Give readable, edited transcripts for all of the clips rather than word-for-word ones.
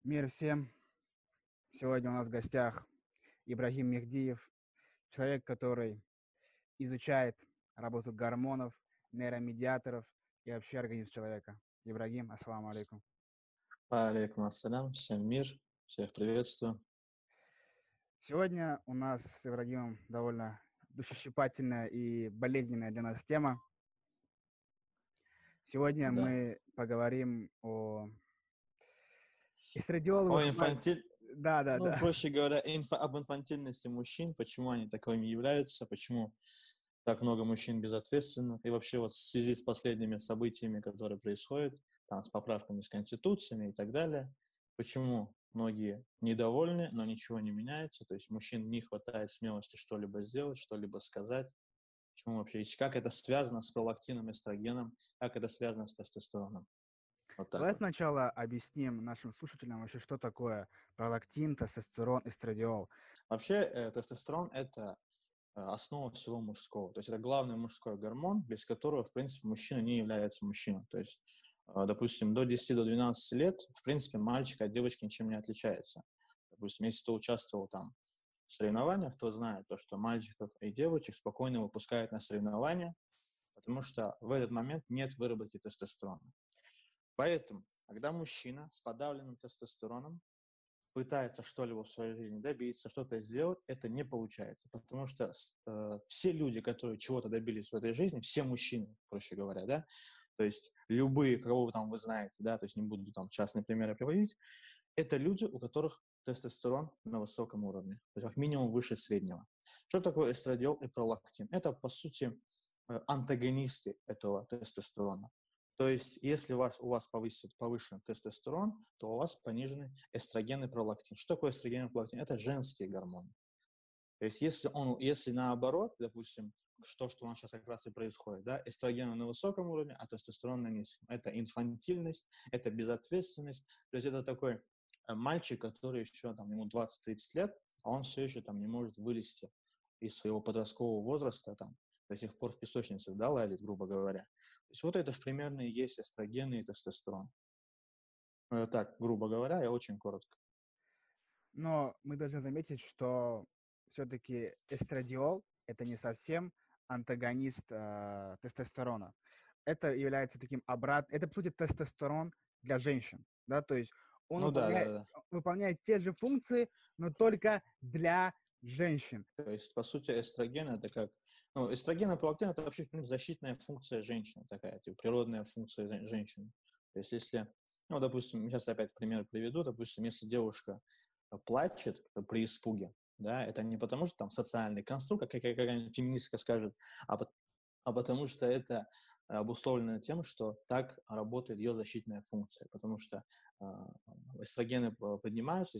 Мир всем! Сегодня у нас в гостях Ибрагим Мехдиев, человек, который изучает работу гормонов, нейромедиаторов и вообще организм человека. Ибрагим, ассаламу алейкум. Алейкум ассалям, всем мир, всех приветствую. Сегодня у нас с Ибрагимом довольно душещипательная и болезненная для нас тема. Сегодня Да. мы поговорим о О эстрадиоловых... инфантиль... Да. проще говоря, об инфантильности мужчин, почему они таковыми являются, почему так много мужчин безответственных, и вообще вот в связи с последними событиями, которые происходят, там, с поправками с конституциями и так далее, почему многие недовольны, но ничего не меняется, то есть мужчин не хватает смелости что-либо сделать, что-либо сказать, почему вообще, и как это связано с пролактином, эстрогеном, как это связано с тестостероном. Вот так Давай вот. сначала объясним нашим слушателям вообще, что такое пролактин, тестостерон, эстрадиол. Вообще, тестостерон – это основа всего мужского. То есть это главный мужской гормон, без которого, в принципе, мужчина не является мужчиной. То есть, допустим, до 10-12 лет, в принципе, мальчик от девочки ничем не отличается. Допустим, если ты участвовал там в соревнованиях, то знает то, что мальчиков и девочек спокойно выпускают на соревнования, потому что в этот момент нет выработки тестостерона. Поэтому, когда мужчина с подавленным тестостероном пытается что-либо в своей жизни добиться, что-то сделать, это не получается. Потому что все люди, которые чего-то добились в этой жизни, все мужчины, проще говоря, да, то есть любые, кого вы там вы знаете, да, то есть не буду там частные примеры приводить, это люди, у которых тестостерон на высоком уровне, то есть как минимум выше среднего. Что такое эстрадиол и пролактин? Это, по сути, антагонисты этого тестостерона. То есть, если у вас повышен тестостерон, то у вас понижены эстроген и пролактин. Что такое эстроген и пролактин? Это женские гормоны. То есть, если наоборот, допустим, что у нас сейчас как раз и происходит, да, эстрогены на высоком уровне, а тестостерон на низком. Это инфантильность, это безответственность. То есть, это такой мальчик, который еще, там, ему 20-30 лет, а он все еще там не может вылезти из своего подросткового возраста, там, до сих пор в песочнице, да, лазить, грубо говоря. То есть, вот это примерно и есть эстрогены и тестостерон. Так, грубо говоря, и очень коротко. Но мы должны заметить, что все-таки эстрадиол – это не совсем антагонист тестостерона. Это является таким это, по сути, тестостерон для женщин, да, то есть он Ну да. выполняет те же функции, но только для женщин. То есть, по сути, эстроген это как... Ну, эстроген и пролактин это вообще, в принципе, защитная функция женщины такая, типа, природная функция женщины. То есть, если, ну, допустим, сейчас опять пример приведу, допустим, если девушка плачет при испуге, да, это не потому, что там социальный конструкт, как какая-нибудь феминистка скажет, а, а потому что это обусловлено тем, что так работает ее защитная функция, потому что эстрогены поднимаются,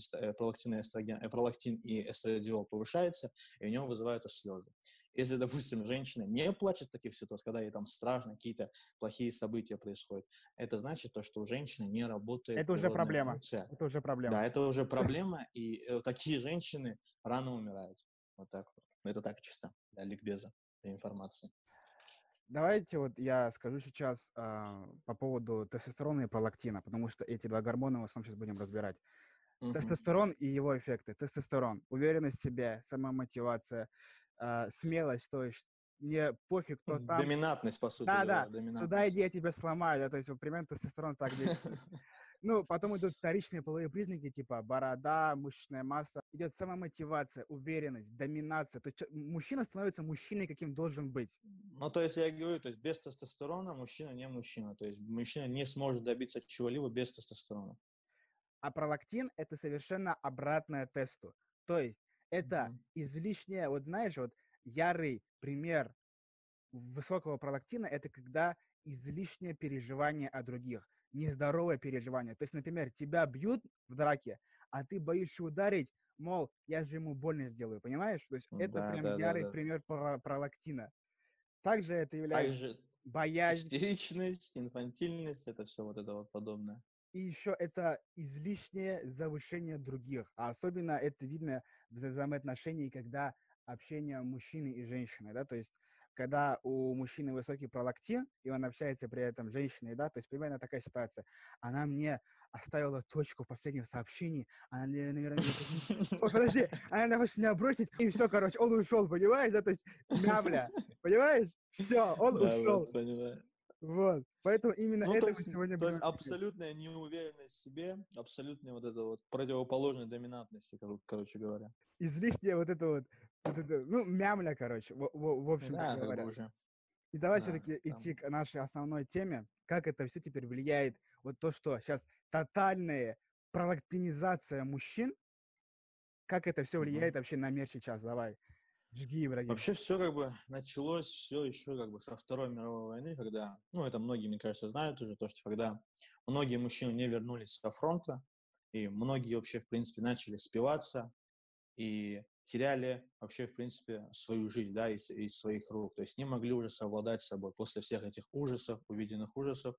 пролактин и эстрадиол повышается, и у него вызывают слезы. Если, допустим, женщина не плачет в таких ситуациях, когда ей там страшно, какие-то плохие события происходят, это значит то, что у женщины не работает Это уже природная проблема. функция. Это уже проблема. Да, это уже проблема, и такие женщины рано умирают. Вот так вот. Это так чисто, для ликбеза, для информации. Давайте вот я скажу сейчас по поводу тестостерона и пролактина, потому что эти два гормона мы в основном сейчас будем разбирать. Мгм. Тестостерон и его эффекты. Тестостерон – уверенность в себе, самомотивация, смелость, то есть мне пофиг, кто там. Доминантность, по сути Да, говоря, сюда иди, доминантность. я тебя сломаю, да, то есть вот примерно тестостерон так действует. Ну, потом идут вторичные половые признаки, типа борода, мышечная масса. Идет самомотивация, уверенность, доминация. То есть мужчина становится мужчиной, каким должен быть. Ну, то есть я говорю, то есть без тестостерона мужчина не мужчина. То есть мужчина не сможет добиться чего-либо без тестостерона. А пролактин – это совершенно обратное тесту. То есть это Мгм. излишнее, вот знаешь, вот ярый пример высокого пролактина – это когда излишнее переживание о других, нездоровое переживание. То есть, например, тебя бьют в драке, а ты боишься ударить, мол, я же ему больно сделаю, понимаешь? То есть это прям ярый Да. пример пролактина. Также это является Также боязнь, истеричность, инфантильность, это все вот это вот подобное. и еще это излишнее завышение других. А особенно это видно в взаимоотношении, когда общение мужчины и женщины, да, то есть когда у мужчины высокий пролактин, и он общается при этом с женщиной, да, то есть примерно такая ситуация. Она мне оставила точку в последнем сообщении, она, наверное, меня хочет... Ой, подожди, она, наверное, хочет меня бросить, и все, короче, он ушел, понимаешь, да, то есть мямля, понимаешь? Все, он Да, ушел. брат, понимаю. Вот, поэтому именно Ну, это мы сегодня то будем есть обсуждать. абсолютная неуверенность в себе, абсолютная вот эта вот противоположная доминантности, короче говоря. Излишняя вот это, ну, мямля, короче, в общем-то Да, как бы говоря. уже, И давай да, все-таки идти там. к нашей основной теме, как это все теперь влияет, вот то, что сейчас тотальная пролактинизация мужчин, как это все Мгм. влияет вообще на мир сейчас, давай, жги, Ибрагим. Вообще все как бы началось все еще как бы со Второй мировой войны, когда, ну, это многие, мне кажется, знают уже, то, что когда многие мужчины не вернулись со фронта, и многие вообще, в принципе, начали спиваться, и теряли вообще, в принципе, свою жизнь, да, из своих рук. То есть не могли уже совладать с собой после всех этих ужасов, увиденных ужасов.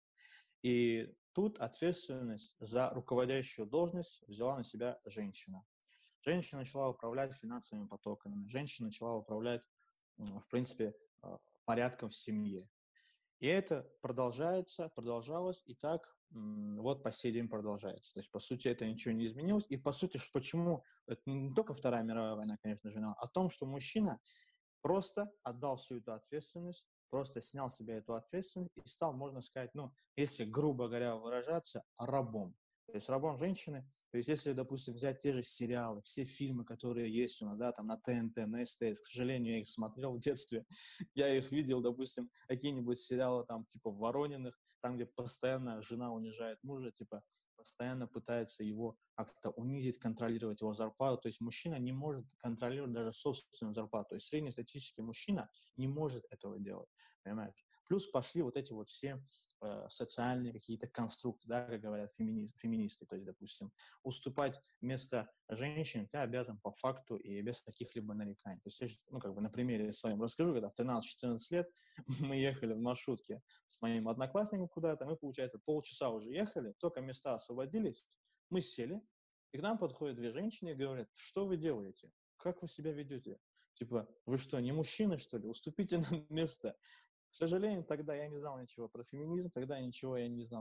И тут ответственность за руководящую должность взяла на себя женщина. Женщина начала управлять финансовыми потоками, женщина начала управлять, в принципе, порядком в семье. И это продолжалось, и так вот по сей день продолжается. То есть, по сути, это ничего не изменилось. И, по сути, почему, это не только Вторая мировая война, конечно же, но о том, что мужчина просто отдал всю эту ответственность, просто снял с себя эту ответственность и стал, можно сказать, ну, если грубо говоря выражаться, рабом. То есть рабом женщины. То есть если, допустим, взять те же сериалы, все фильмы, которые есть у нас, да, там на ТНТ, на СТС, к сожалению, я их смотрел в детстве, я их видел, допустим, какие-нибудь сериалы там типа Ворониных, там, где постоянно жена унижает мужа, типа постоянно пытается его как-то унизить, контролировать его зарплату. То есть мужчина не может контролировать даже собственную зарплату. То есть среднестатистический мужчина не может этого делать, понимаешь? Плюс пошли вот эти вот все социальные какие-то конструкты, да, как говорят феминисты. То есть, допустим, уступать место женщине ты обязан по факту и без каких-либо нареканий. То есть, ну, как бы на примере своем расскажу, когда в 13-14 лет мы ехали в маршрутке с моим одноклассником куда-то, мы, получается, полчаса уже ехали, только места освободились, мы сели, и к нам подходят две женщины и говорят: что вы делаете? Как вы себя ведете? Типа, вы что, не мужчины, что ли? Уступите нам место. К сожалению, тогда я не знал ничего про феминизм, тогда ничего я не знал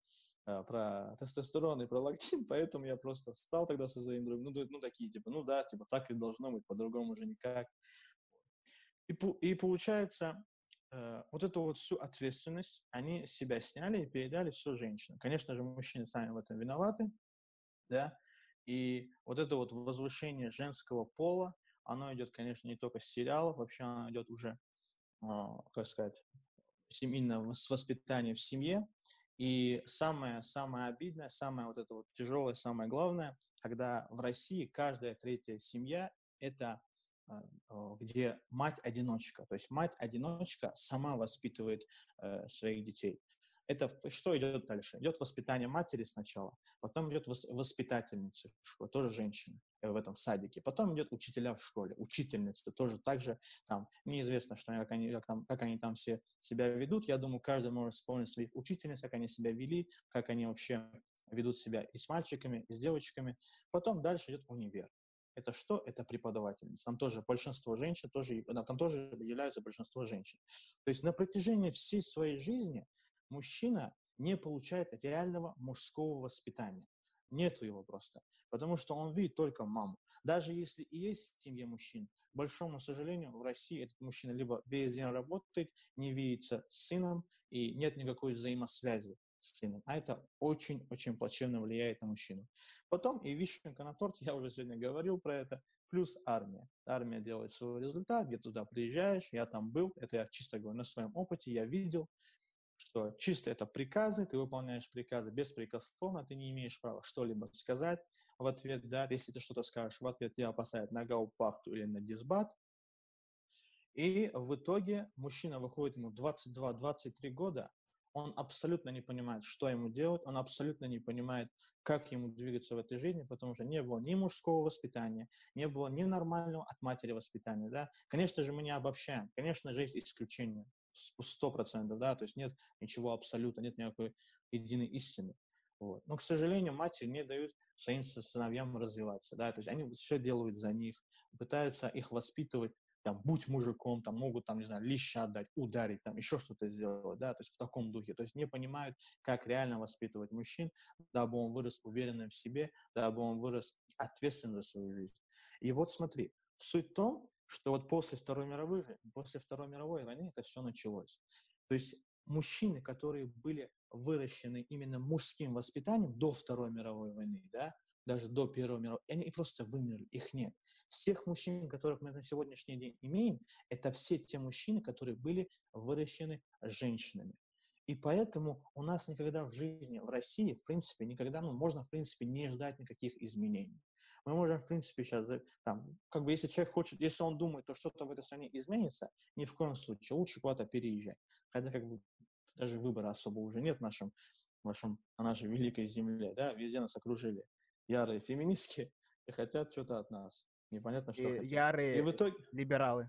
про тестостерон и про лактин, поэтому я просто встал тогда со своим другом, ну такие, типа, ну да, типа, так и должно быть, по-другому уже никак. И получается, вот эту вот всю ответственность они с себя сняли и передали все женщинам. Конечно же, мужчины сами в этом виноваты, да, и вот это вот возвышение женского пола, оно идет, конечно, не только с сериалов, вообще оно идет уже, как сказать, именно с воспитания в семье. И самое обидное, самое вот это вот тяжелое, самое главное, когда в России каждая третья семья – это где мать-одиночка. То есть мать-одиночка сама воспитывает своих детей. Это что идет дальше? Идет воспитание матери сначала, потом идет воспитательница в школе, тоже женщина в этом садике, потом идет учителя в школе, учительница тоже так же там неизвестно, что как они там все себя ведут. Я думаю, каждый может вспомнить своих учительниц, как они себя вели, как они вообще ведут себя и с мальчиками, и с девочками. Потом дальше идет универ. Это что? Это преподавательница. Там тоже большинство женщин, там тоже являются большинство женщин. То есть на протяжении всей своей жизни мужчина не получает реального мужского воспитания. Нету его просто. Потому что он видит только маму. Даже если и есть в семье мужчин, к большому сожалению, в России этот мужчина либо весь день работает, не видится с сыном, и нет никакой взаимосвязи с сыном. А это очень-очень плачевно влияет на мужчину. Потом и вишенка на торт, я уже сегодня говорил про это, плюс армия. Армия делает свой результат, где туда приезжаешь, я там был, это я чисто говорю на своем опыте, я видел, что чисто это приказы, ты выполняешь приказы беспрекословно, ты не имеешь права что-либо сказать в ответ, да, если ты что-то скажешь в ответ, тебя посадят на гауптвахту или на дисбат, и в итоге мужчина выходит, ему 22-23 года, он абсолютно не понимает, что ему делать, он абсолютно не понимает, как ему двигаться в этой жизни, потому что не было ни мужского воспитания, не было ни нормального от матери воспитания, да. Конечно же, мы не обобщаем, конечно же, есть исключения, 100%, да, то есть нет ничего абсолютно, нет никакой единой истины. Вот. Но, к сожалению, матери не дают своим сыновьям развиваться, да, то есть они все делают за них, пытаются их воспитывать там, будь мужиком, там, могут, там, не знаю, леща дать, ударить, там, еще что-то сделать, да, то есть в таком духе, то есть не понимают, как реально воспитывать мужчин, дабы он вырос уверенным в себе, дабы он вырос ответственным за свою жизнь. И вот смотри, суть в том, что вот после Второй мировой войны это все началось. То есть мужчины, которые были выращены именно мужским воспитанием до Второй мировой войны, да, даже до Первой мировой, они просто вымерли, их нет. Всех мужчин, которых мы на сегодняшний день имеем, это все те мужчины, которые были выращены женщинами. И поэтому у нас никогда в жизни, в России, в принципе, никогда, можно, в принципе, не ждать никаких изменений. Мы можем, в принципе, сейчас, там, как бы, если человек хочет, если он думает, то что-то в этой стране изменится, ни в коем случае, лучше куда-то переезжать. Хотя, как бы, даже выбора особо уже нет на нашей великой земле, да, везде нас окружили ярые феминистки и хотят что-то от нас. Непонятно, И что хотят. И ярые в итоге, либералы.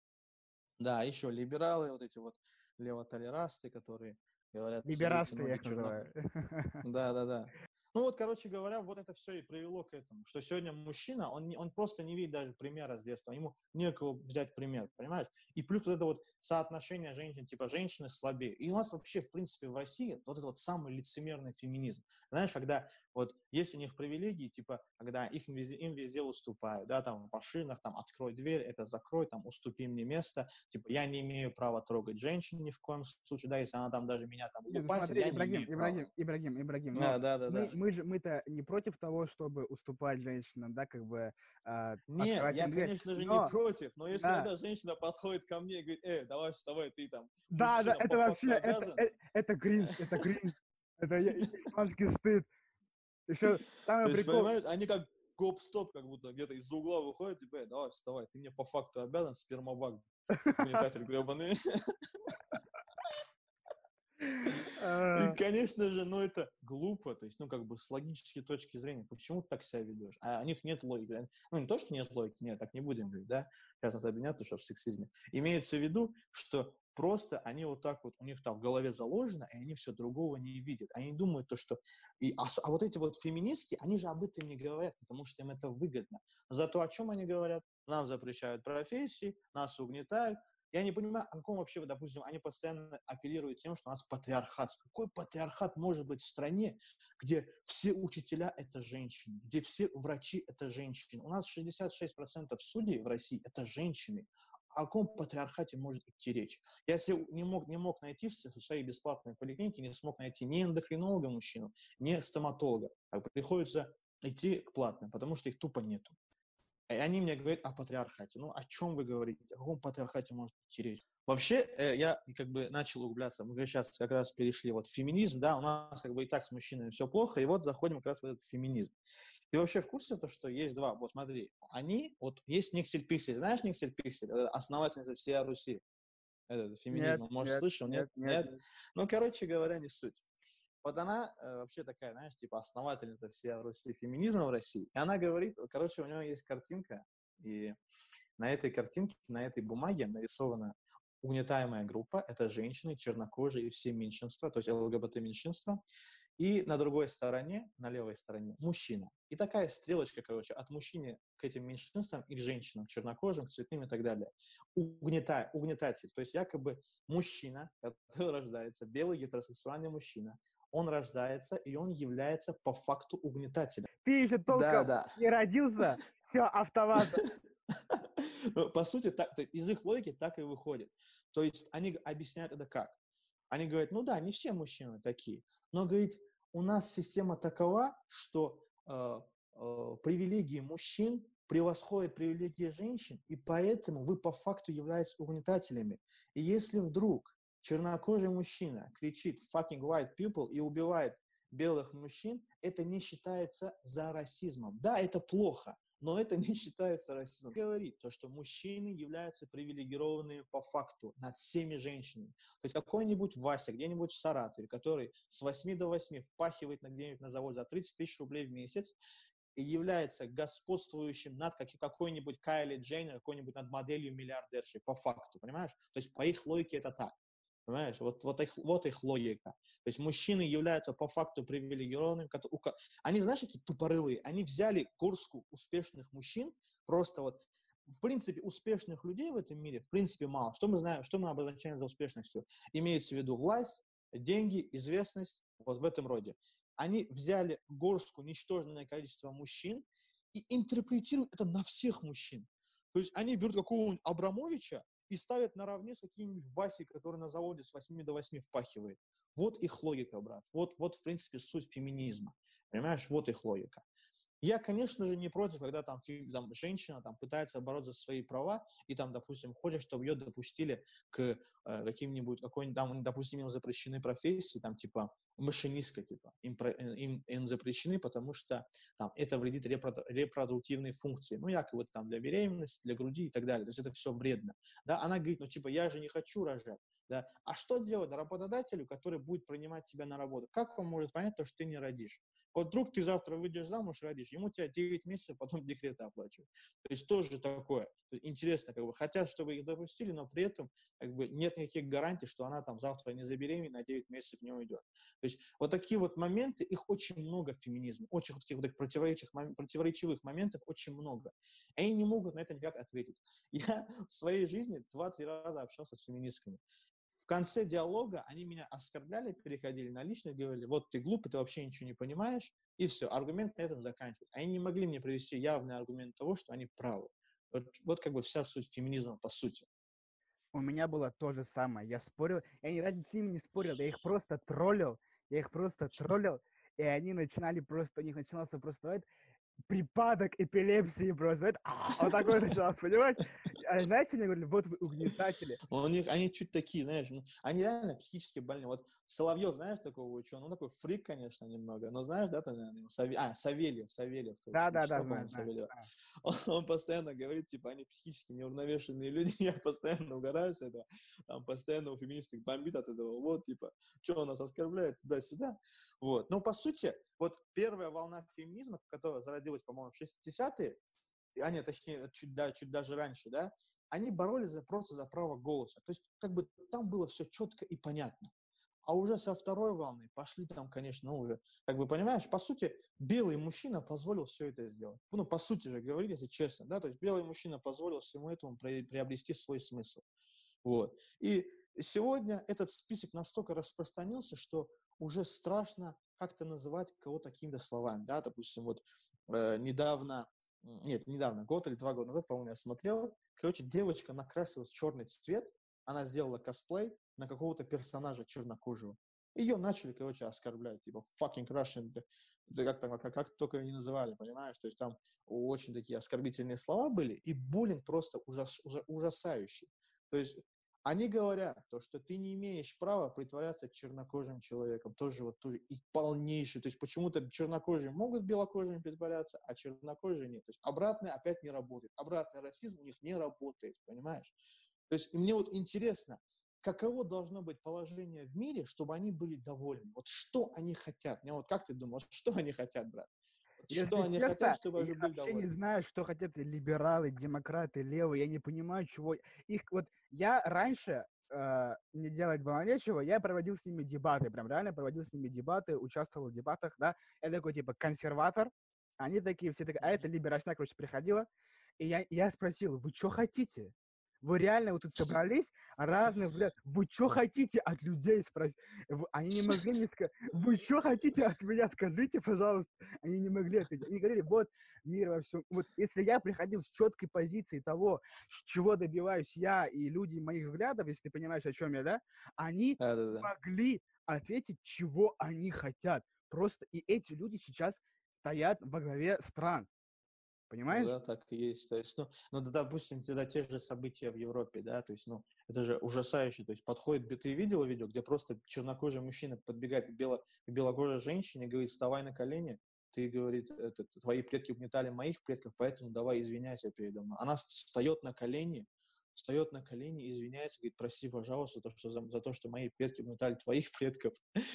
да, еще либералы, вот эти вот левотолерасты, которые говорят, целуйте Либерасты я ноги их называю. Да, да, да. Ну вот, короче говоря, вот это все и привело к этому, что сегодня мужчина, он просто не видит даже примера с детства, ему некого взять пример, понимаешь? И плюс вот это вот соотношение женщин, типа женщины слабее. И у нас вообще, в принципе, в России вот это вот самый лицемерный феминизм. Знаешь, когда вот есть у них привилегии, типа, когда им везде уступают, да, там, в машинах, там, открой дверь, это закрой, там, уступи мне место, типа, я не имею права трогать женщин ни в коем случае, да, если она там даже меня там Нет, ну лупасит, смотри, я не имею права. Ибрагим, но Да, да, да, да. мы-то не против того, чтобы уступать женщинам, да, как бы Нет, открывать я, им дверь, конечно же, не но, против, но если да, эта женщина подходит ко мне и говорит, давай вставай, ты там, да, мужчина, это по вообще, факту обязан. это кринж, это испанский стыд. Еще То самый есть, прикол, понимаешь, они как гоп-стоп, как будто где-то из-за угла выходят, типа, давай вставай, ты мне по факту обязан, спермобак, угнетатель гребаный. И, э, конечно же, это глупо, то есть, как бы с логической точки зрения, почему ты так себя ведешь? А у них нет логики. Ну, не то, что нет логики, нет, так не будем говорить, да? Сейчас нас обвинят, что в сексизме. Имеется в виду, что просто они вот так вот, у них там в голове заложено, и они все другого не видят. Они думают то, что... А вот эти вот феминистки, они же об этом не говорят, потому что им это выгодно. Зато о чем они говорят? Нам запрещают профессии, нас угнетают, я не понимаю, о каком вообще, допустим, они постоянно апеллируют тем, что у нас патриархат. Какой патриархат может быть в стране, где все учителя – это женщины, где все врачи – это женщины? У нас 66% судей в России – это женщины. О каком патриархате может идти речь? Я себе не мог найти в своей бесплатной поликлинике, не смог найти ни эндокринолога мужчину, ни стоматолога. Приходится идти к платным, потому что их тупо нету. И они мне говорят о патриархате. Ну, о чем вы говорите? О каком патриархате может идти речь? Вообще, я как бы начал углубляться. Мы сейчас как раз перешли вот в феминизм, да, у нас как бы и так с мужчинами все плохо, и вот заходим как раз в этот феминизм. Ты вообще в курсе того, что есть два? Вот смотри, вот есть Никсель Пиксель. Знаешь Никсель Пиксель? Основательница всей Руси. нет, Феминизма. Может, нет, слышал? Нет? нет, нет, Нет? нет. Ну, короче говоря, не суть. Вот она вообще такая, знаешь, типа основательница всей Руси, феминизма в России. И она говорит, короче, у нее есть картинка, и на этой картинке, на этой бумаге нарисована угнетаемая группа, это женщины, чернокожие и все меньшинства, то есть ЛГБТ-меньшинства, и на другой стороне, на левой стороне, мужчина. И такая стрелочка, короче, от мужчины к этим меньшинствам и к женщинам, к чернокожим, к цветным и так далее. Угнетатель, то есть якобы мужчина, который рождается, белый гетеросексуальный мужчина, он рождается, и он является по факту угнетателем. Ты еще Да, толком да. не родился, все, автоматом. По сути, то есть из их логики так и выходит. То есть они объясняют это как? Они говорят, ну да, не все мужчины такие, но, говорит, у нас система такова, что привилегии мужчин превосходят привилегии женщин, и поэтому вы по факту являетесь угнетателями. И если вдруг чернокожий мужчина кричит «fucking white people» и убивает белых мужчин, это не считается за расизмом. Да, это плохо, но это не считается расизмом. Говорит то, что мужчины являются привилегированными по факту над всеми женщинами. То есть какой-нибудь Вася где-нибудь в Саратове, который с 8 до 8 впахивает где-нибудь на заводе за 30 тысяч рублей в месяц и является господствующим над какой-нибудь Кайли Дженнер, какой-нибудь над моделью миллиардершей, по факту, понимаешь? То есть по их логике это так. Понимаешь? Вот их логика. То есть мужчины являются по факту привилегированными. Они, знаешь, какие тупорылые? Они взяли горстку успешных мужчин, просто вот в принципе, успешных людей в этом мире, в принципе, мало. Что мы знаем, что мы обозначаем за успешностью? Имеется в виду власть, деньги, известность, вот в этом роде. Они взяли горстку, ничтожное количество мужчин и интерпретируют это на всех мужчин. То есть они берут какого-нибудь Абрамовича и ставят наравне с каким-нибудь Васей, который на заводе с 8 до 8 впахивает. Вот их логика, брат. Вот, в принципе, суть феминизма. Понимаешь, вот их логика. Я, конечно же, не против, когда там женщина там пытается бороться за свои права и там, допустим, хочет, чтобы ее допустили к каким-нибудь, какой-нибудь там, допустим, им запрещены профессии, там, типа, машинистка, типа, им запрещены, потому что там это вредит репродуктивной функции, ну, якобы там для беременности, для груди и так далее, то есть это все вредно, да, она говорит, ну, типа, я же не хочу рожать, да, а что делать работодателю, который будет принимать тебя на работу, как он может понять то, что ты не родишь? Вот вдруг ты завтра выйдешь замуж, родишь, ему тебя 9 месяцев, потом декреты оплачивают. То есть тоже такое. Интересно, как бы хотят, чтобы их допустили, но при этом как бы нет никаких гарантий, что она там завтра не забеременеет, на 9 месяцев не уйдет. То есть вот такие вот моменты, их очень много в феминизме. Очень вот таких вот противоречивых моментов очень много. И они не могут на это никак ответить. Я в своей жизни 2-3 раза общался с феминистками. В конце диалога они меня оскорбляли, переходили на личность, говорили, вот ты глупый, ты вообще ничего не понимаешь, и все, аргумент на этом заканчивается. Они не могли мне привести явный аргумент того, что они правы. Вот как бы вся суть феминизма по сути. У меня было то же самое. Я спорил, я ни разу с ними не спорил, я их просто троллил, и они начинали просто, у них начинался просто припадок эпилепсии просто. Вот такой начался, понимаешь? А знаешь, что мне говорили? Вот вы угнетатели. У них, они чуть такие, знаешь, ну, они реально психически больные. Вот Соловьев, знаешь, такого ученого, ну, такой фрик, конечно, немного, но знаешь, да, ты, наверное, Савельев, точно, Да-да-да, читал, знаю, по-моему, знаю. Савельева. Да. Он постоянно говорит, типа, они психически неуравновешенные люди, я постоянно угораю с этого, там, постоянно у феминисток бомбит от этого, вот, типа, что он нас оскорбляет, туда-сюда, вот. Но, по сути, вот первая волна феминизма, которая зародилась, по-моему, в 60-е, нет, точнее, чуть даже раньше, да, они боролись просто за право голоса. То есть, как бы, там было все четко и понятно. А уже со второй волны пошли там, конечно, ну, уже, как бы, понимаешь, по сути, белый мужчина позволил все это сделать. Ну, по сути же, говорили, если честно, да, то есть белый мужчина позволил всему этому приобрести свой смысл. Вот. И сегодня этот список настолько распространился, что уже страшно как-то называть кого-то какими-то словами, да, допустим, вот недавно, год или 2 года назад, по-моему, я смотрел, короче, девочка накрасилась в черный цвет, она сделала косплей на какого-то персонажа чернокожего. Ее начали, короче, оскорблять, типа, fucking Russian, да как только не называли, понимаешь, то есть там очень такие оскорбительные слова были, и буллинг просто ужасающий. То есть они говорят, то, что ты не имеешь права притворяться чернокожим человеком, тоже и полнейший. То есть почему-то чернокожие могут белокожими притворяться, а чернокожие нет. То есть обратный опять не работает. Обратный расизм у них не работает, понимаешь? То есть и мне вот интересно, каково должно быть положение в мире, чтобы они были довольны? Вот что они хотят? Мне вот как ты думаешь, что они хотят, брат? Вот что Если они хотят, честно, чтобы я они были вообще не довольны? знаю, что хотят либералы, демократы, левые. Я не понимаю, чего... Их вот... Я раньше, не делать было нечего, я проводил с ними дебаты, прям реально проводил с ними дебаты, участвовал в дебатах, да. Я такой, типа, консерватор. Они такие, все такие... А это либерасня, короче, приходила. И я спросил, вы что хотите? Вы реально вот тут собрались, разных взглядов. Вы что хотите от людей спросить? Они не могли мне сказать, вы что хотите от меня? Скажите, пожалуйста. Они не могли ответить. Они говорили, вот мир во всем. Вот если я приходил с четкой позиции того, чего добиваюсь я и люди моих взглядов, если ты понимаешь, о чем я, да, они Да-да-да. могли ответить, чего они хотят. Просто и эти люди сейчас стоят во главе стран. Ну Понимаешь? да, так и есть. То есть, ну да, допустим, тогда те же события в Европе, да, то есть, ну, это же ужасающе. То есть подходит, ты видела видео, где просто чернокожий мужчина подбегает к белокожей женщине и говорит, вставай на колени, ты, говорит, твои предки угнетали моих предков, поэтому давай извиняйся передо мной. Она встает на колени, извиняется, говорит, прости, пожалуйста, за то, что мои предки угнетали твоих предков.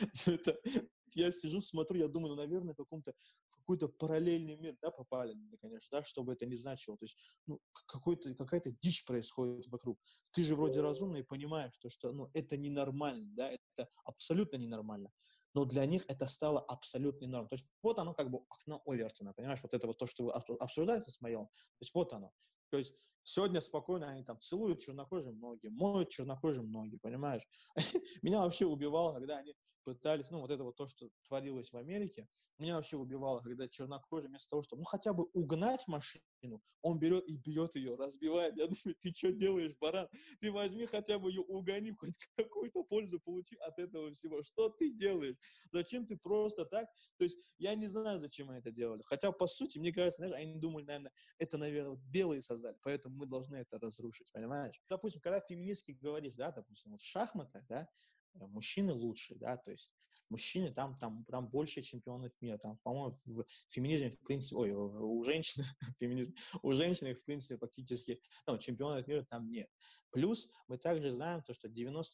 Я сижу, смотрю, я думаю, наверное, в какой-то параллельный мир, да, попали, конечно, да, чтобы это не значило. То есть, ну, какая-то дичь происходит вокруг. Ты же вроде разумный и понимаешь, что ну, это ненормально, да, это абсолютно ненормально. Но для них это стало абсолютной нормой. То есть вот оно как бы окно Овертона, понимаешь, вот это вот то, что вы обсуждаете с Исмаилом, то есть вот оно. То есть Сегодня спокойно они там целуют чернокожим ноги, моют чернокожим ноги, понимаешь? Меня вообще убивало, когда они пытались, ну, вот это вот то, что творилось в Америке, меня вообще убивало, когда чернокожий вместо того, чтобы, ну, хотя бы угнать машину, он берет и бьет ее, разбивает. Я думаю, ты что делаешь, баран? Ты возьми хотя бы ее угони, хоть какую-то пользу получи от этого всего. Что ты делаешь? Зачем ты просто так? То есть я не знаю, зачем они это делали. Хотя, по сути, мне кажется, знаешь, они думали, наверное, это, наверное, вот белые создали, поэтому мы должны это разрушить, понимаешь? Допустим, когда феминистки говоришь, да, допустим, вот в шахматах, да, мужчины лучше, да, то есть мужчины там больше чемпионов мира, там, по-моему, в феминизме, в принципе, у женщин, феминизм, у женщин, их, в принципе, практически, ну, чемпионов мира там нет. Плюс мы также знаем то, что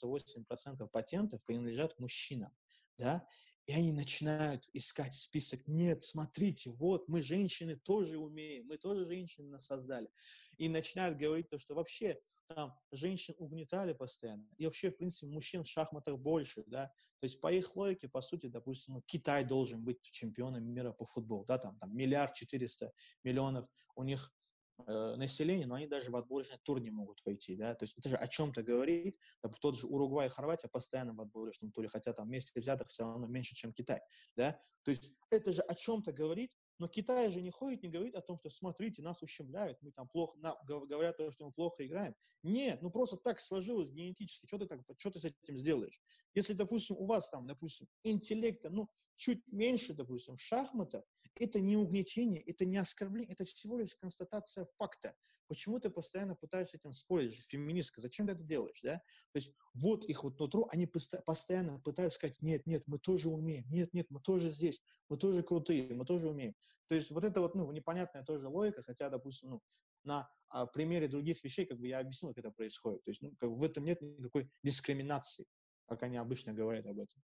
98% патентов принадлежат мужчинам, да, и они начинают искать список. Нет, смотрите, вот, мы женщины тоже умеем, мы тоже женщины нас создали. И начинают говорить то, что вообще там женщин угнетали постоянно. И вообще, в принципе, мужчин в шахматах больше, да. То есть по их логике, по сути, допустим, ну, Китай должен быть чемпионом мира по футболу, да, там 1,4 миллиарда у них население, но они даже в отборочный тур не могут войти, да, то есть это же о чем-то говорит, тот же Уругвай и Хорватия постоянно в отборочном туре, хотя там вместе взятых все равно меньше, чем Китай, да, то есть это же о чем-то говорит, но Китай же не ходит, не говорит о том, что смотрите, нас ущемляют, мы там плохо, говорят то, что мы плохо играем. Нет, ну просто так сложилось генетически, что ты с этим сделаешь? Если, допустим, у вас там, допустим, интеллекта, ну, чуть меньше, допустим, в шахматах, это не угнетение, это не оскорбление, это всего лишь констатация факта. Почему ты постоянно пытаешься этим спорить, феминистка, зачем ты это делаешь, да? То есть вот их вот нутро, они постоянно пытаются сказать, нет, нет, мы тоже умеем, нет, нет, мы тоже здесь, мы тоже крутые, мы тоже умеем. То есть вот это вот, ну, непонятная тоже логика, хотя, допустим, ну, на примере других вещей, как бы я объяснил, как это происходит. То есть, ну, как бы в этом нет никакой дискриминации, как они обычно говорят об этом.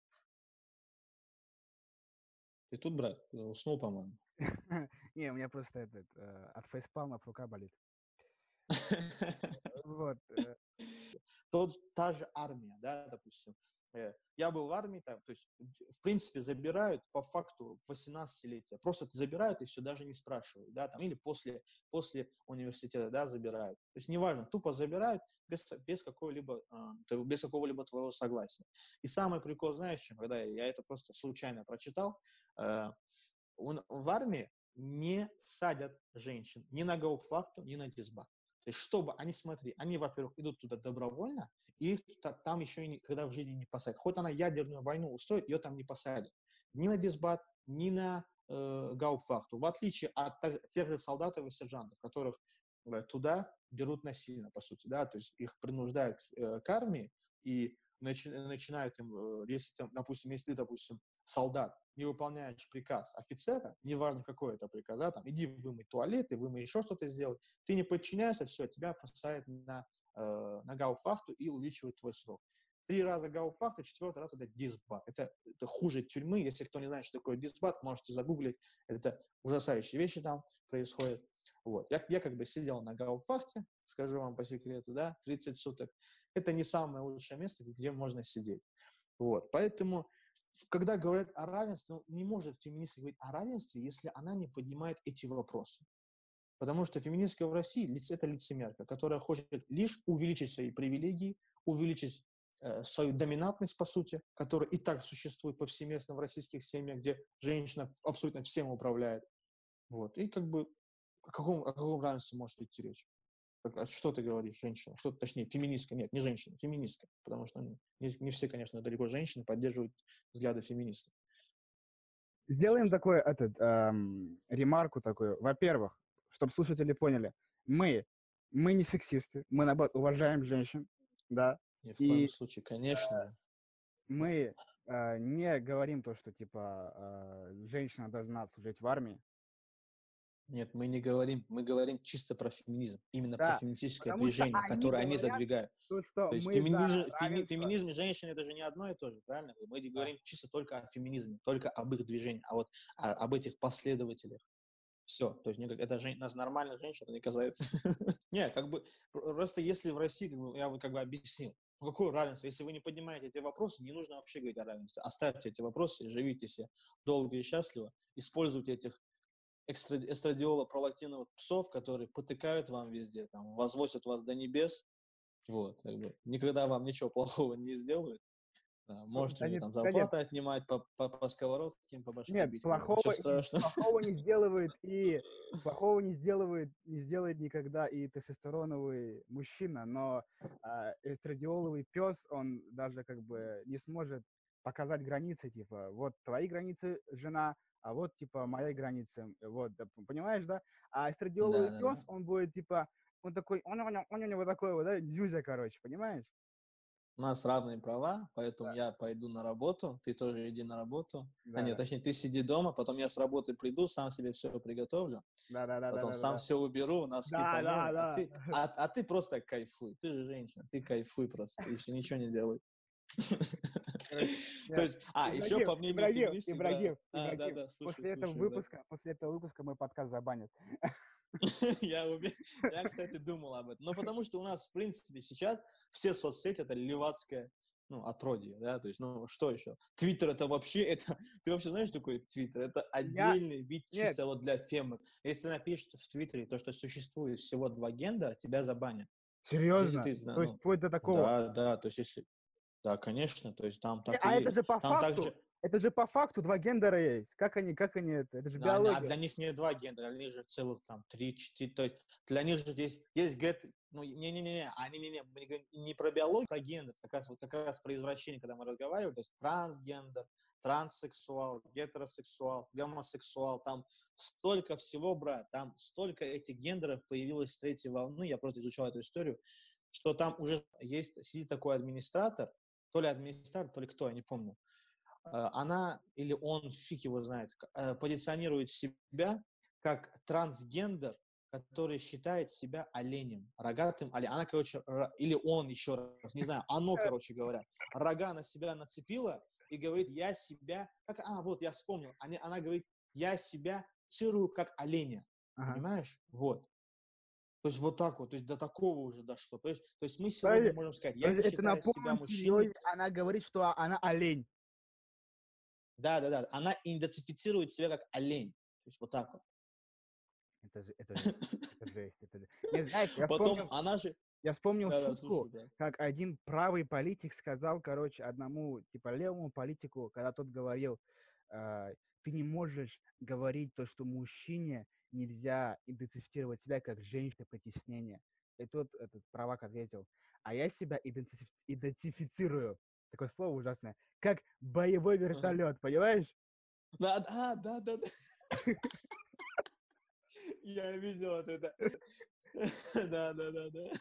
Ты тут, брат, уснул, по-моему. Не, у меня просто от фейспалмов рука болит. Вот. Та же армия, да, допустим. Я был в армии, там, то есть, в принципе, забирают по факту 18-летия. Просто забирают и все, даже не спрашивают, да, там, или после университета, да, забирают. То есть, неважно, тупо забирают без какого-либо твоего согласия. И самый прикол, знаешь, чем, когда я это просто случайно прочитал, в армии не садят женщин ни на гауптвахту, ни на дисбат. То есть, чтобы они, смотри, они, во-первых, идут туда добровольно, и их там еще и никогда в жизни не посадят. Хоть она ядерную войну устроит, ее там не посадят. Ни на дисбат, ни на гауптвахту. В отличие от тех же солдатов и сержантов, которых туда берут насильно, по сути, да, то есть их принуждают к армии и начинают им, если, допустим, солдат, не выполняешь приказ офицера, неважно какой это приказ, да, там, иди вымой туалеты, вымой еще что-то сделай, ты не подчиняешься, все, тебя посадят на гауптвахту и увеличивают твой срок. 3 раза гауптвахта, 4-й раз это дисбат. Это хуже тюрьмы. Если кто не знает, что такое дисбат, можете загуглить. Это ужасающие вещи там происходят. Вот. Я как бы сидел на гауптвахте, скажу вам по секрету, да, 30 суток. Это не самое лучшее место, где можно сидеть. Вот. Поэтому, когда говорят о равенстве, не может феминистка говорить о равенстве, если она не поднимает эти вопросы. Потому что феминистка в России – это лицемерка, которая хочет лишь увеличить свои привилегии, увеличить свою доминантность, по сути, которая и так существует повсеместно в российских семьях, где женщина абсолютно всем управляет. Вот. И как бы о каком равенстве может идти речь? Что ты говоришь, женщина? Что, точнее, феминистка? Нет, не женщина, феминистка. Потому что не все, конечно, далеко женщины поддерживают взгляды феминистов. Сделаем такой, ремарку такую. Во-первых, чтобы слушатели поняли, мы не сексисты, мы, наоборот, уважаем женщин, да. Ни в коем случае, конечно. Мы не говорим то, что, типа, женщина должна служить в армии. Нет, мы не говорим, мы говорим чисто про феминизм, именно про Да, феминистическое потому что движение, которое они задвигают. что То есть мы за равенство. феминизм и женщины это же не одно и то же, правильно? Мы говорим чисто только о феминизме, только об их движении, а вот об этих последователях. Все, то есть это нас нормальных женщин не касается. Нет, как бы просто если в России, я вот как бы объяснил, какое равенство? Если вы не поднимаете эти вопросы, не нужно вообще говорить о равенстве. Оставьте эти вопросы, живите себе долго и счастливо, используйте эстрадиоло-пролактиновых псов, которые потыкают вам везде, там, возвысят вас до небес, вот, как бы, никогда вам ничего плохого не сделают. Да, можете у Да него нет, там да нет, зарплаты отнимать, по сковородке, по башке нет, бить, как бы, ничего страшного. плохого не сделает и плохого не сделает никогда и тестостероновый мужчина, но эстрадиоловый пес, он даже как бы не сможет показать границы, типа, вот твои границы, жена, а вот, типа, мои границы, вот, да, понимаешь, да? А эстрадиоловый Да-да-да. пес, он будет, типа, он такой, он у него такой вот, да, дзюзя, короче, понимаешь? У нас равные права, поэтому Да, я пойду на работу, ты тоже иди на работу. А да, нет, да, точнее, ты сиди дома, потом я с работы приду, сам себе все приготовлю, да, да, да, да, потом да, да, сам да, все уберу, носки да, да, помою, а да. ты, а ты просто кайфуй. Ты же женщина, ты кайфуй просто, ты еще ничего не делай. Короче, То нет. есть, еще по мнению феминисток, Ибрагим, да, слушаю, слушаю, да. после этого выпуска мой подкаст забанят. Я, кстати, думал об этом. Но потому что у нас, в принципе, сейчас все соцсети — это левацкое, ну, отродье, да, то есть, ну, что еще? Твиттер — это вообще, это, ты вообще знаешь, что такое Твиттер? Это Я, отдельный вид нет, чисто вот для фемок. Если ты напишешь в Твиттере то, что существует всего два гендера, тебя забанят. То есть, если серьезно? ты, да, То есть ну, вплоть до такого? да, да, то есть, если, да, конечно, то есть, там так и А есть. Там также, это же по факту два гендера есть. Как они это же а биология. для них не два гендера, для них же целых там 3-4, то есть для них же есть ну, не-не-не, мы не говорим не про биологию, про гендер, как раз про извращение, когда мы разговаривали, то есть трансгендер, транссексуал, гетеросексуал, гомосексуал, там столько всего, брат, там столько этих гендеров появилось с третьей волны, я просто изучал эту историю, что там уже сидит такой администратор, то ли кто, я не помню, она или он, фиг его знает, позиционирует себя как трансгендер, который считает себя оленем, рогатым оленем. Она, короче, или он еще раз, не знаю, оно, короче говоря, рога на себя нацепила и говорит, я себя, вот, я вспомнил, она говорит, я себя цирую как оленя, Ага. понимаешь? Вот. То есть вот так вот, то есть до такого уже дошло. То есть мы сегодня Подожди, можем сказать, я не подожди, это на считаю себя полном мужчиной, серьезе она говорит, что она олень. да, она идентифицирует себя как олень. То есть вот так вот. Это жесть, это жесть, это жесть. Не, знаешь, Потом она же... я вспомнил Да, шутку, слушаю, да. как один правый политик сказал, короче, одному, типа, левому политику, когда тот говорил, ты не можешь говорить то, что мужчине нельзя идентифицировать себя как женщина притеснения. И тот, этот правак ответил, а я себя идентифицирую, такое слово ужасное, как боевой Ага. вертолет, понимаешь? Да. Я видел вот это. Да.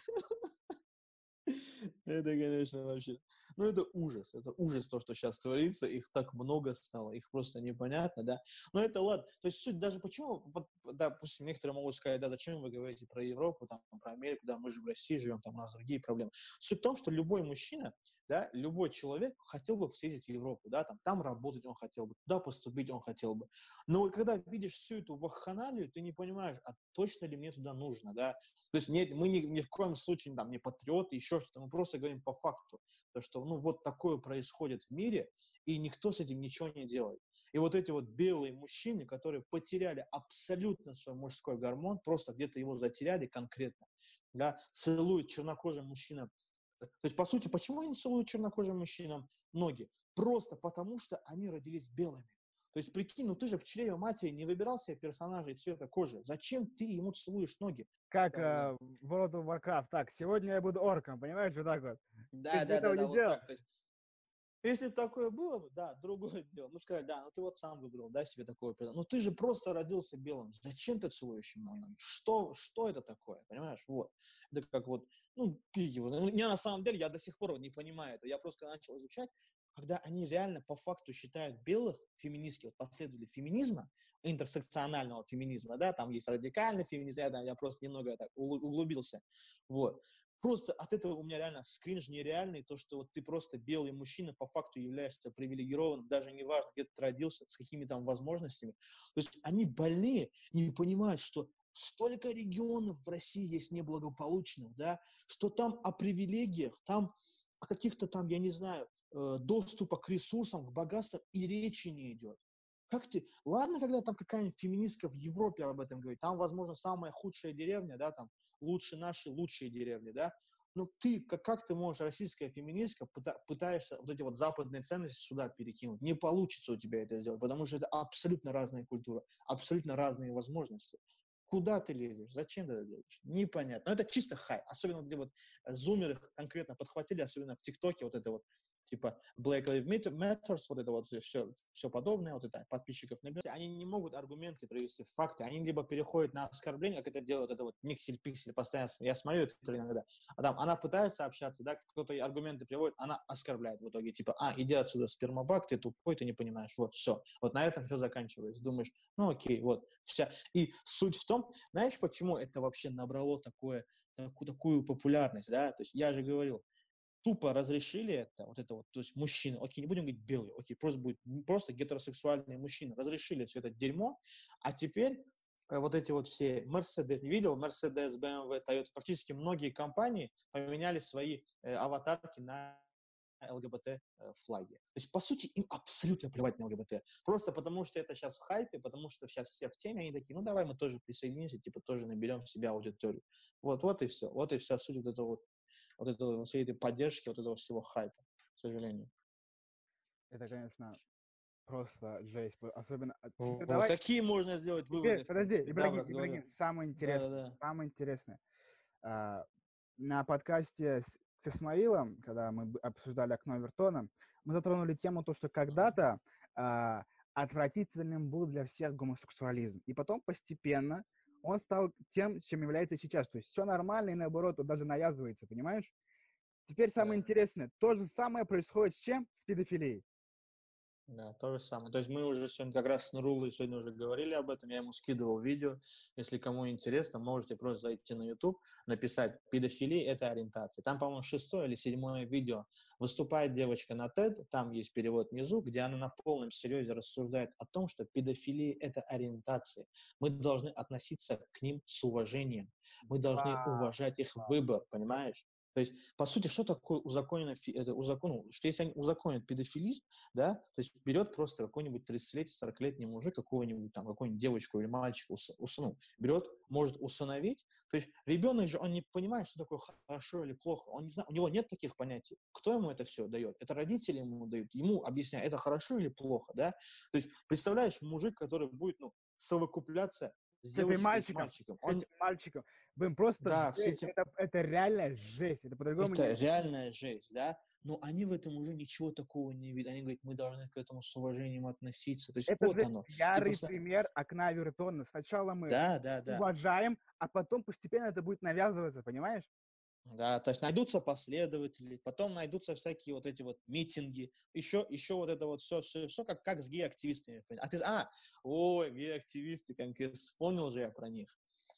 Это, конечно, вообще... Ну, это ужас то, что сейчас творится, их так много стало, их просто непонятно, да. Но это ладно, то есть суть даже почему, вот, допустим, некоторые могут сказать, да, зачем вы говорите про Европу, там, про Америку, да, мы же в России живем, там у нас другие проблемы. Суть в том, что любой мужчина, да, любой человек хотел бы съездить в Европу, да, там работать он хотел бы, туда поступить он хотел бы. Но вот когда видишь всю эту вакханалию, ты не понимаешь, а точно ли мне туда нужно, да. То есть нет, мы ни в коем случае там, не патриоты, еще что-то, мы просто говорим по факту, то, что ну, вот такое происходит в мире, и никто с этим ничего не делает. И вот эти вот белые мужчины, которые потеряли абсолютно свой мужской гормон, просто где-то его затеряли конкретно, да, целуют чернокожим мужчинам. То есть, по сути, почему они целуют чернокожим мужчинам ноги? Просто потому, что они родились белыми. То есть, прикинь, ну ты же в чреве матери не выбирал себе персонажей цвета кожи. Зачем ты ему целуешь ноги? Как Да. в World of Warcraft. Так, сегодня я буду орком, понимаешь, вот так вот. Ты Да, бы да, этого да, не да, вот сделал. так. То есть, если бы такое было бы, да, другое дело. Ну, сказать, да, ну ты вот сам выбрал, да, себе такое. Ну, ты же просто родился белым. Зачем ты целуешь ему ноги? Что это такое, понимаешь? Вот. Это как вот, ну, меня на самом деле, я до сих пор не понимаю это. Я просто начал изучать, когда они реально по факту считают белых феминистских, вот последователей феминизма, интерсекционального феминизма, да, там есть радикальный феминизм, я просто немного так углубился, вот. Просто от этого у меня реально скринж нереальный, то, что вот ты просто белый мужчина, по факту являешься привилегированным, даже неважно, где ты родился, с какими там возможностями. То есть они больные, не понимают, что столько регионов в России есть неблагополучных, да, что там о привилегиях, там о каких-то там, я не знаю, доступа к ресурсам, к богатству и речи не идет. как ты, ладно, когда там какая-нибудь феминистка в Европе об этом говорит, там, возможно, самая худшая деревня, да, там, лучше наши лучшие деревни, да, но ты, как ты можешь, российская феминистка, пытаешься вот эти вот западные ценности сюда перекинуть, не получится у тебя это сделать, потому что это абсолютно разная культура, абсолютно разные возможности. Куда ты лезешь? Зачем ты это делаешь? Непонятно. Но это чисто хайп. Особенно где вот зумеры конкретно подхватили, особенно в ТикТоке, вот это вот, типа Black Lives Matter, вот это вот все подобное, вот это подписчиков набирают. Они не могут аргументы привести, факты. Они либо переходят на оскорбление, как это делает это вот Никсель-Пиксель постоянно. Я смотрю это иногда. А там она пытается общаться, да, кто-то аргументы приводит, она оскорбляет в итоге. Типа, иди отсюда, спермобак, ты тупой, ты не понимаешь. Вот, все. Вот на этом все заканчивается. Думаешь, ну окей, вот, вся. И суть в том, знаешь, почему это вообще набрало такую популярность, да? То есть я же говорил, тупо разрешили это, вот это вот, то есть мужчины, окей, не будем говорить белые, окей, просто будет просто гетеросексуальные мужчины, разрешили все это дерьмо, а теперь вот эти вот все Mercedes, не видел, Mercedes, BMW, Toyota, практически многие компании поменяли свои аватарки на ЛГБТ-флаги. То есть, по сути, им абсолютно плевать на ЛГБТ. Просто потому, что это сейчас в хайпе, потому что сейчас все в теме, они такие, ну, давай мы тоже присоединимся, типа, тоже наберем в себя аудиторию. Вот и все. Вот и вся суть вот этого, всей этой поддержки, вот этого всего хайпа, к сожалению. Это, конечно, просто жесть. Особенно... Теперь Вот. давай... Какие можно сделать Теперь, выводы, в подожди, принципе? Да, брат, говорю. Ибрагим, самое интересное. Да. Самое интересное. На подкасте с Исмаилом, когда мы обсуждали «Окно Эвертона», мы затронули тему, то, что когда-то отвратительным был для всех гомосексуализм. И потом постепенно он стал тем, чем является сейчас. То есть все нормально, и наоборот, он даже навязывается, понимаешь? Теперь самое интересное. То же самое происходит с чем? С педофилией. Да, то же самое. То есть мы уже сегодня как раз с Нурулой сегодня уже говорили об этом, я ему скидывал видео. Если кому интересно, можете просто зайти на YouTube, написать «Педофилия– это ориентация». Там, по-моему, 6-е или 7-е видео. Выступает девочка на TED, там есть перевод внизу, где она на полном серьезе рассуждает о том, что педофилия – это ориентация. Мы должны относиться к ним с уважением. Мы должны уважать их выбор, понимаешь? То есть, по сути, что такое узаконено, что если они узаконят педофилизм, да, то есть берет просто какой-нибудь 30-летний, 40-летний мужик, какого-нибудь там, какую-нибудь девочку или мальчика, берет, может усыновить, то есть ребенок же, он не понимает, что такое хорошо или плохо, он не знает, у него нет таких понятий. Кто ему это все дает? Это родители ему дают, ему объясняют, это хорошо или плохо, да? То есть, представляешь, мужик, который будет, совокупляться с С этим девочкой, с мальчиком. мальчиком, С этим мальчиком. Блин, просто да, все жесть. эти Это реально жесть. Это по-другому не... это реальная жесть, да, но они в этом уже ничего такого не видят. Они говорят, мы должны к этому с уважением относиться. То есть Это вот же оно. Типа, ярый пример «Окна Эвертона». Сначала мы да. уважаем, а потом постепенно это будет навязываться, понимаешь? Да, то есть найдутся последователи, потом найдутся всякие вот эти вот митинги, еще вот это вот все как с гей-активистами. Ой, гей-активисты, конкретно, вспомнил же я про них.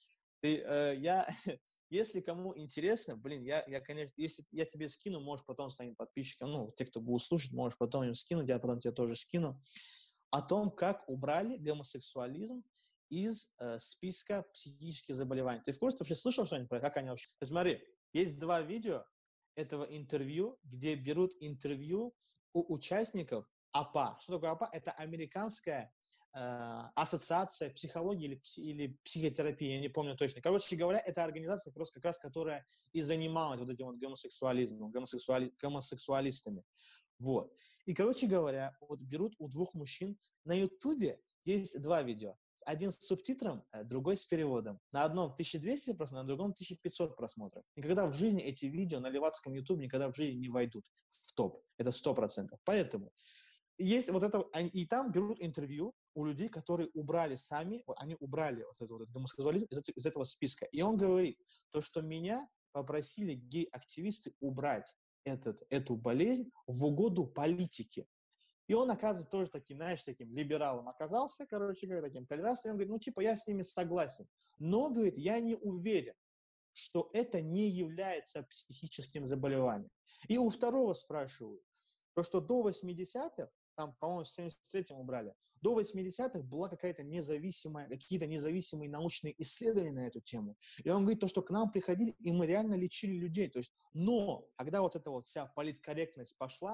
Если кому интересно, конечно, если я тебе скину, можешь потом своим подписчикам, те, кто будут слушать, можешь потом им скинуть, я потом тебе тоже скину, о том, как убрали гомосексуализм из списка психических заболеваний. Ты в курсе, вообще слышал что-нибудь про как они вообще? Смотри, есть 2 видео этого интервью, где берут интервью у участников АПА. Что такое АПА? Это американская ассоциация психологии или психотерапии, я не помню точно. Короче говоря, это организация, просто как раз, которая и занималась вот этим вот гомосексуализмом, гомосексуалистами. Вот. И, короче говоря, вот берут у 2 мужчин на Ютубе есть 2 видео. Один с субтитром, другой с переводом. На одном 1200 просмотров, на другом 1500 просмотров. Никогда в жизни эти видео на левацком Ютубе никогда в жизни не войдут в топ. Это 100%. Поэтому есть вот это, и там берут интервью у людей, которые убрали сами, они убрали вот этот гомосексуализм из этого списка. И он говорит, то, что меня попросили гей-активисты убрать эту болезнь в угоду политике. И он, оказывается, тоже таким, знаешь, таким либералом оказался, короче говоря, таким толерантным. Он говорит, я с ними согласен. Но, говорит, я не уверен, что это не является психическим заболеванием. И у второго спрашивают, то, что до 80-х, там, по-моему, в 73-м убрали, до 80-х была какие-то независимые научные исследования на эту тему. И он говорит, то, что к нам приходили, и мы реально лечили людей. То есть, но, когда вот эта вот вся политкорректность пошла,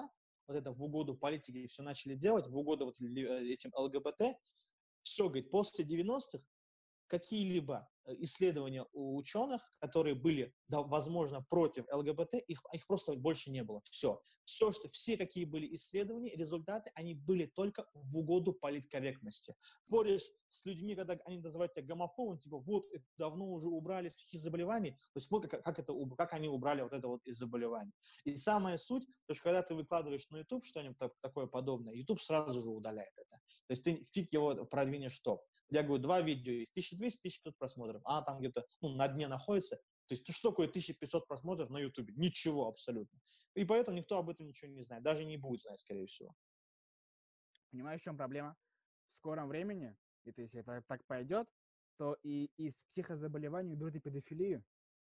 вот это в угоду политики все начали делать, в угоду вот этим ЛГБТ, все, говорит, после 90-х какие-либо исследования у ученых, которые были, да, возможно, против ЛГБТ, их просто больше не было. Все, какие были исследования, результаты, они были только в угоду политкорректности. Споришь с людьми, когда они называют тебя гомофобом, типа, вот, это давно уже убрали из заболеваний, то есть вот как они убрали вот это вот из заболеваний. И самая суть, то, что когда ты выкладываешь на YouTube что-нибудь такое подобное, YouTube сразу же удаляет это. То есть ты фиг его продвинешь топ. Я говорю, 2 видео есть, 1200-1500 просмотров, а там где-то на дне находится. То есть что такое 1500 просмотров на YouTube? Ничего абсолютно. И поэтому никто об этом ничего не знает, даже не будет знать, скорее всего. Понимаешь, в чем проблема? В скором времени, если это так пойдет, то и из психозаболеваний уберут и педофилию.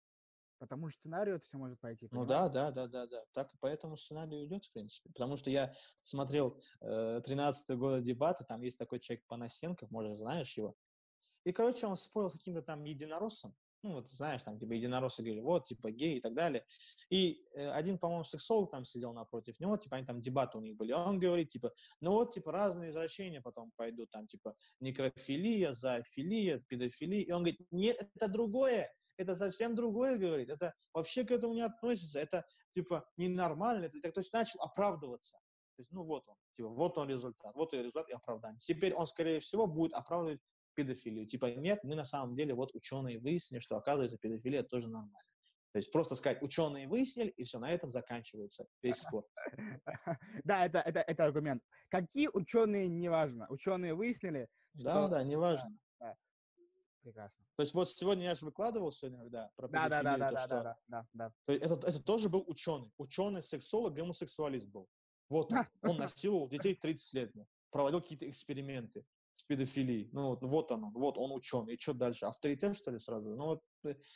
По тому же сценарию это все может пойти, Ну понимаешь? да. Так и по этому сценарию идет, в принципе. Потому что я смотрел 13-го года дебаты, там есть такой человек Панасенков, может, знаешь его. И, короче, он спорил с каким-то там единороссом. Ну, вот, знаешь, там, типа, единороссы говорили, вот, типа, гей и так далее. И один, по-моему, сексолог там сидел напротив него, типа, они там, дебаты у них были. Он говорит, типа, ну вот, типа, разные извращения потом пойдут, там, типа, некрофилия, зоофилия, педофилия. И он говорит, нет, это другое. Это совсем другое, говорит. Это вообще к этому не относится. Это, типа, ненормально. Это, то есть, начал оправдываться. То есть, ну, вот он. Типа, вот он результат. Вот и результат и оправдание. Теперь он, скорее всего, будет оправдывать педофилию. Типа, нет, мы на самом деле, вот ученые выяснили, что, оказывается, педофилия тоже нормально. То есть просто сказать, ученые выяснили, и все, на этом заканчивается весь спор. Да, это аргумент. Какие ученые, неважно. Ученые выяснили, что... Да, неважно. Да, прекрасно. То есть вот сегодня я же выкладывал сегодня, да, про Да, да, да, педофилию, да, то, да, да, что да, да, то есть это тоже был ученый. Ученый-сексолог, гомосексуалист был. Вот он. Он насиловал детей 30 лет. Проводил какие-то эксперименты с педофилией. Ну, вот он ученый. И что дальше? Авторитет, что ли, сразу? Ну, вот,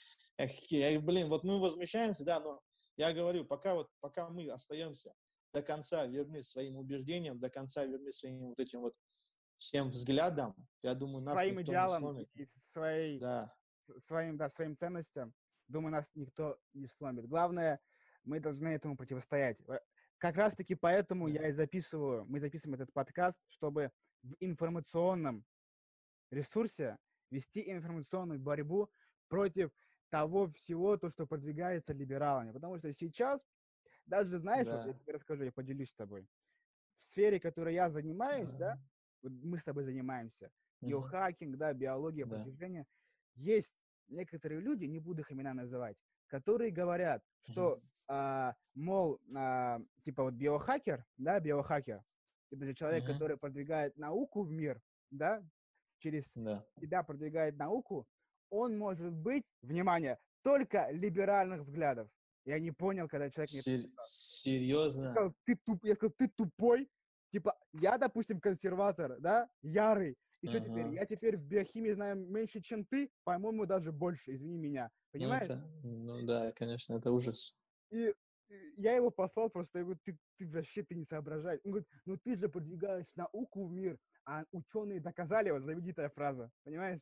блин, вот мы возмущаемся, да, но я говорю, пока мы остаемся до конца верны своим убеждениям, до конца верны своим вот этим вот всем взглядам, я думаю, нас своим никто не идеалам сломит. и Да. своим ценностям, думаю, нас никто не сломит. Главное, мы должны этому противостоять. Как раз-таки поэтому Да. мы записываем этот подкаст, чтобы в информационном ресурсе вести информационную борьбу против того всего, то, что продвигается либералами. Потому что сейчас, даже, знаешь, вот я Да. тебе расскажу, я поделюсь с тобой. В сфере, которой я занимаюсь, да, Ага. вот мы с тобой занимаемся, Мгм. биохакинг, да, биология, Да. продвижение, есть некоторые люди, не буду их имена называть, которые говорят, Мгм. что, мол, типа вот биохакер, да, биохакер, это же человек, Мгм. который продвигает науку в мир, да, через Да. себя продвигает науку, он может быть, внимание, только либеральных взглядов. Я не понял, когда человек мне это сказал. Серьезно? Я сказал, ты тупой. Типа, я, допустим, консерватор, да, ярый. И что теперь? Ага. Я теперь в биохимии знаю меньше, чем ты, по-моему, даже больше, извини меня. Ну Понимаешь? ну да, конечно, это ужас. И я его послал просто, я говорю, ты вообще ты не соображаешь. Он говорит, ну ты же продвигаешь науку в мир, а ученые доказали, вот знаменитая фраза, понимаешь?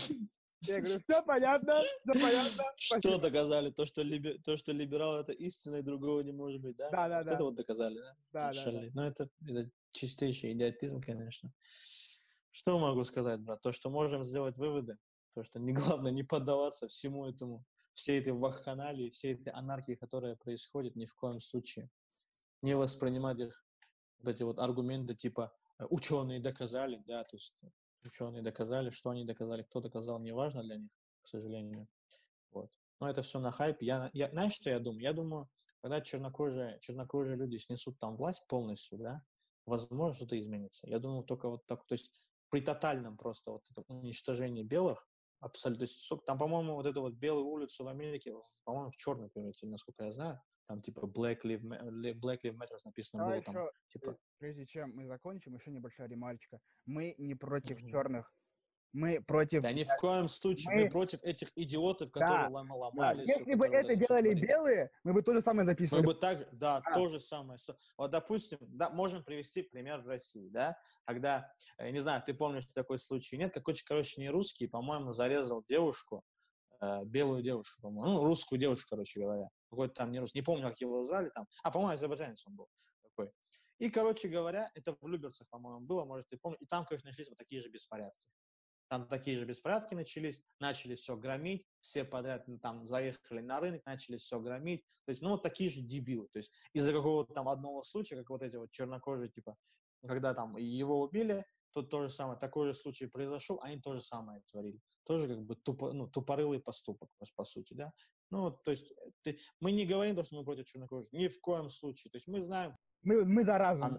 Я говорю, все понятно, Что спасибо. доказали? То, что либерал это истина, и другого не может быть, да? Да, да, Вот это да, вот доказали, да? да, да, да. Шарли. Ну, это чистейший идиотизм, конечно. Что могу сказать, брат? То, что можем сделать выводы, то, что не главное не поддаваться всему этому, всей этой вакханалии, всей этой анархии, которая происходит, ни в коем случае. Не воспринимать их, вот эти вот аргументы типа ученые доказали, да, то есть ученые доказали, что они доказали, кто доказал, не важно для них, к сожалению. Вот. Но это все на хайпе. Знаешь, что я думаю? Я думаю, когда чернокожие люди снесут там власть полностью, да, возможно, что-то изменится. Я думаю, только вот так, то есть при тотальном просто вот этом уничтожении белых, абсолютно, то есть, там, по-моему, вот эту вот белую улицу в Америке, по-моему, в черную превратили, насколько я знаю, там типа Black Lives Matter написано Давай было там, еще, типа, прежде чем мы закончим, еще небольшая ремарочка. Мы не против мгм. черных, мы против... Да ни в коем случае, мы Мы, против этих идиотов, которые да, да. ломали все, Если бы которые вот это это все делали творили. белые, мы бы то же самое Мы записывали. бы так, да, Да, то же самое. Вот, допустим, да, можем привести пример в России, да, когда, не знаю, ты помнишь такой случай, нет, какой-то, короче, не русский, по-моему, зарезал девушку, белую девушку, по-моему, ну, русскую девушку, короче говоря, какой-то там не русский, не помню, как его звали там, по-моему, азербайджанец он был, какой. И, короче говоря, это в Люберцах, по-моему, было, может, ты помнишь, и там, конечно, начались вот такие же беспорядки. Там такие же беспорядки начали все громить, все подряд там заехали на рынок, начали все громить. То есть, ну, вот такие же дебилы. То есть, из-за какого-то там одного случая, как вот эти вот чернокожие, типа, когда там его убили, тут то же самое, такой же случай произошел, они то же самое творили. Тоже как бы тупорылый поступок, по сути, да. Ну, то есть, мы не говорим, что мы против чернокожих, ни в коем случае. То есть, мы знаем... Мы за разум.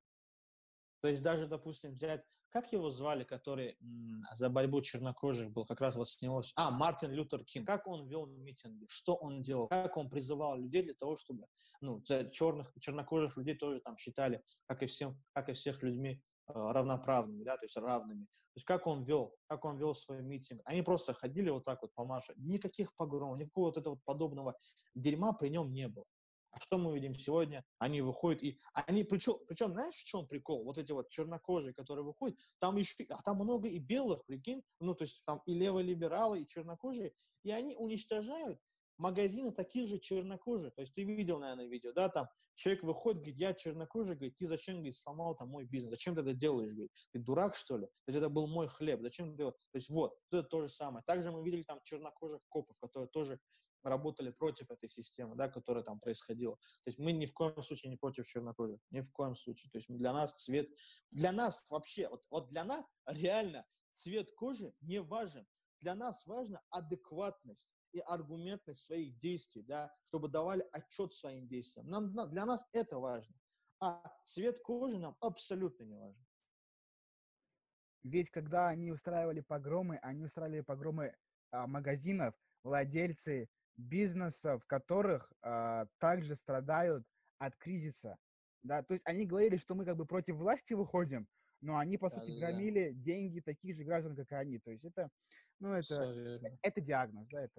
То есть даже, допустим, взять, как его звали, который за борьбу чернокожих был, как раз вот с него... Мартин Лютер Кинг. Как он вел митинги, что он делал, как он призывал людей для того, чтобы, чернокожих людей тоже там считали, как и всех людьми равноправными, да, то есть равными. То есть как он вел свой митинг. Они просто ходили вот так вот по маршу. Никаких погромов, никакого вот этого подобного дерьма при нем не было. А что мы видим сегодня? Они выходят и... Причем, знаешь, в чем прикол? Вот эти вот чернокожие, которые выходят, там много и белых, прикинь, то есть там и леволибералы, и чернокожие, и они уничтожают магазины таких же чернокожих. То есть ты видел, наверное, видео, да, там человек выходит, говорит, я чернокожий, говорит, ты зачем, говорит, сломал там мой бизнес, зачем ты это делаешь, говорит, ты дурак, что ли? То есть это был мой хлеб, зачем ты делаешь? То есть вот, это то же самое. Также мы видели там чернокожих копов, которые тоже работали против этой системы, да, которая там происходила. То есть мы ни в коем случае не против чернокожих, ни в коем случае. То есть для нас вообще, вот для нас реально цвет кожи не важен. Для нас важна адекватность и аргументность своих действий, да, чтобы давали отчет своим действиям. Для нас это важно. А цвет кожи нам абсолютно не важен. Ведь когда они устраивали погромы магазинов, владельцы бизнесов, которых также страдают от кризиса. Да? То есть они говорили, что мы как бы против власти выходим, но они, по сути, громили деньги таких же граждан, как и они. То есть это диагноз. Да,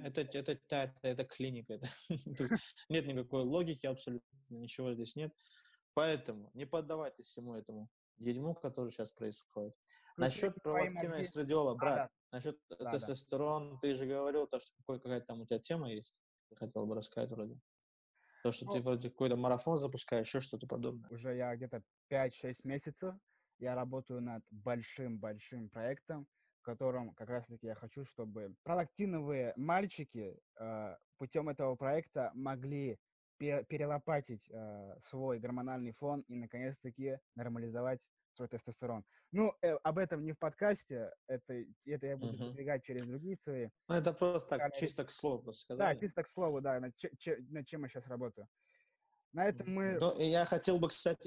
это клиника. Тут нет никакой логики абсолютно, ничего здесь нет. Поэтому не поддавайтесь всему этому дерьму, который сейчас происходит. Насчет пролактина и эстрадиола, брат, насчет тестостерона, ты же говорил, что какая-то там у тебя тема есть, я хотел бы рассказать вроде. То, что ты вроде какой-то марафон запускаешь, еще что-то подобное. Уже я где-то 5-6 месяцев я работаю над большим проектом, в котором как раз-таки я хочу, чтобы пролактиновые мальчики путем этого проекта могли перелопатить свой гормональный фон и наконец-таки нормализовать свой тестостерон. Об этом не в подкасте, это я буду продвигать через другие свои. Это просто так, чисто к слову сказали. Да, чисто к слову, да, над чем я сейчас работаю. На этом мы... Я хотел бы, кстати,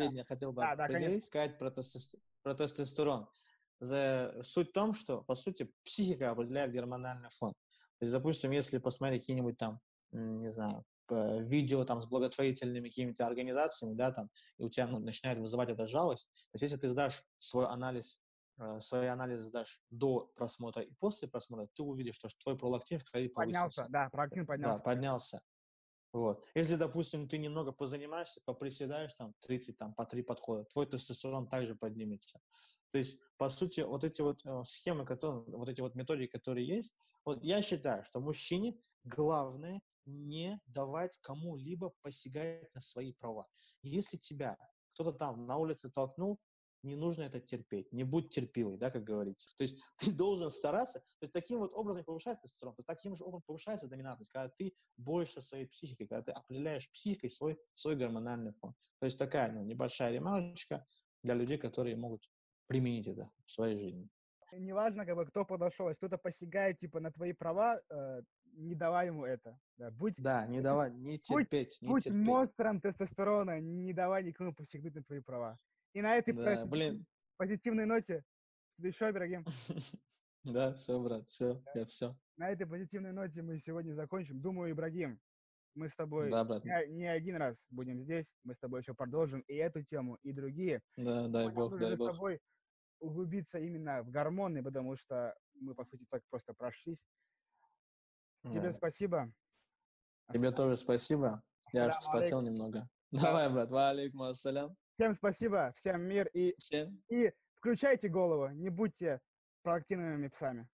сказать про тестостерон. Суть в том, что, по сути, психика определяет гормональный фон. То есть, допустим, если посмотреть какие-нибудь там, не знаю, видео там с благотворительными какими-то организациями, да, там, и у тебя начинает вызывать эта жалость, то есть, если ты сдашь свои анализы сдашь до просмотра и после просмотра, ты увидишь, что твой пролактин в крови повысился. Пролактин поднялся. Да, поднялся. Вот. Если, допустим, ты немного позанимаешься, поприседаешь, там, 30, там, по 3 подхода, твой тестостерон также поднимется. То есть, по сути, вот эти вот схемы, вот эти вот методики, которые есть, вот я считаю, что мужчине главное не давать кому-либо посягать на свои права. Если тебя кто-то там на улице толкнул, не нужно это терпеть, не будь терпилой, да, как говорится. То есть ты должен стараться, то есть таким вот образом повышается тестостерон, таким же образом повышается доминантность, когда ты борешься своей психикой, когда ты определяешь психикой свой гормональный фон. То есть такая небольшая ремарочка для людей, которые могут применить это в своей жизни. Неважно, как бы, кто подошел, если кто-то посягает типа на твои права, не давай ему это. Да, не давай, не терпеть. Будь монстром тестостерона, не давай никому посягнуть на твои права. И на этой позитивной ноте, еще, Ибрагим. Да, все, брат, все. На этой позитивной ноте мы сегодня закончим. Думаю, Ибрагим, мы с тобой не один раз будем здесь, мы с тобой еще продолжим и эту тему, и другие. Да, дай бог. С тобой углубиться именно в гормоны, потому что мы, по сути, так просто прошлись. Тебе спасибо. Тебе тоже спасибо. Я аж вспотел немного. Давай, брат. Ва алейкум ассалям. Всем спасибо, всем мир и включайте голову, не будьте пролактиновыми псами.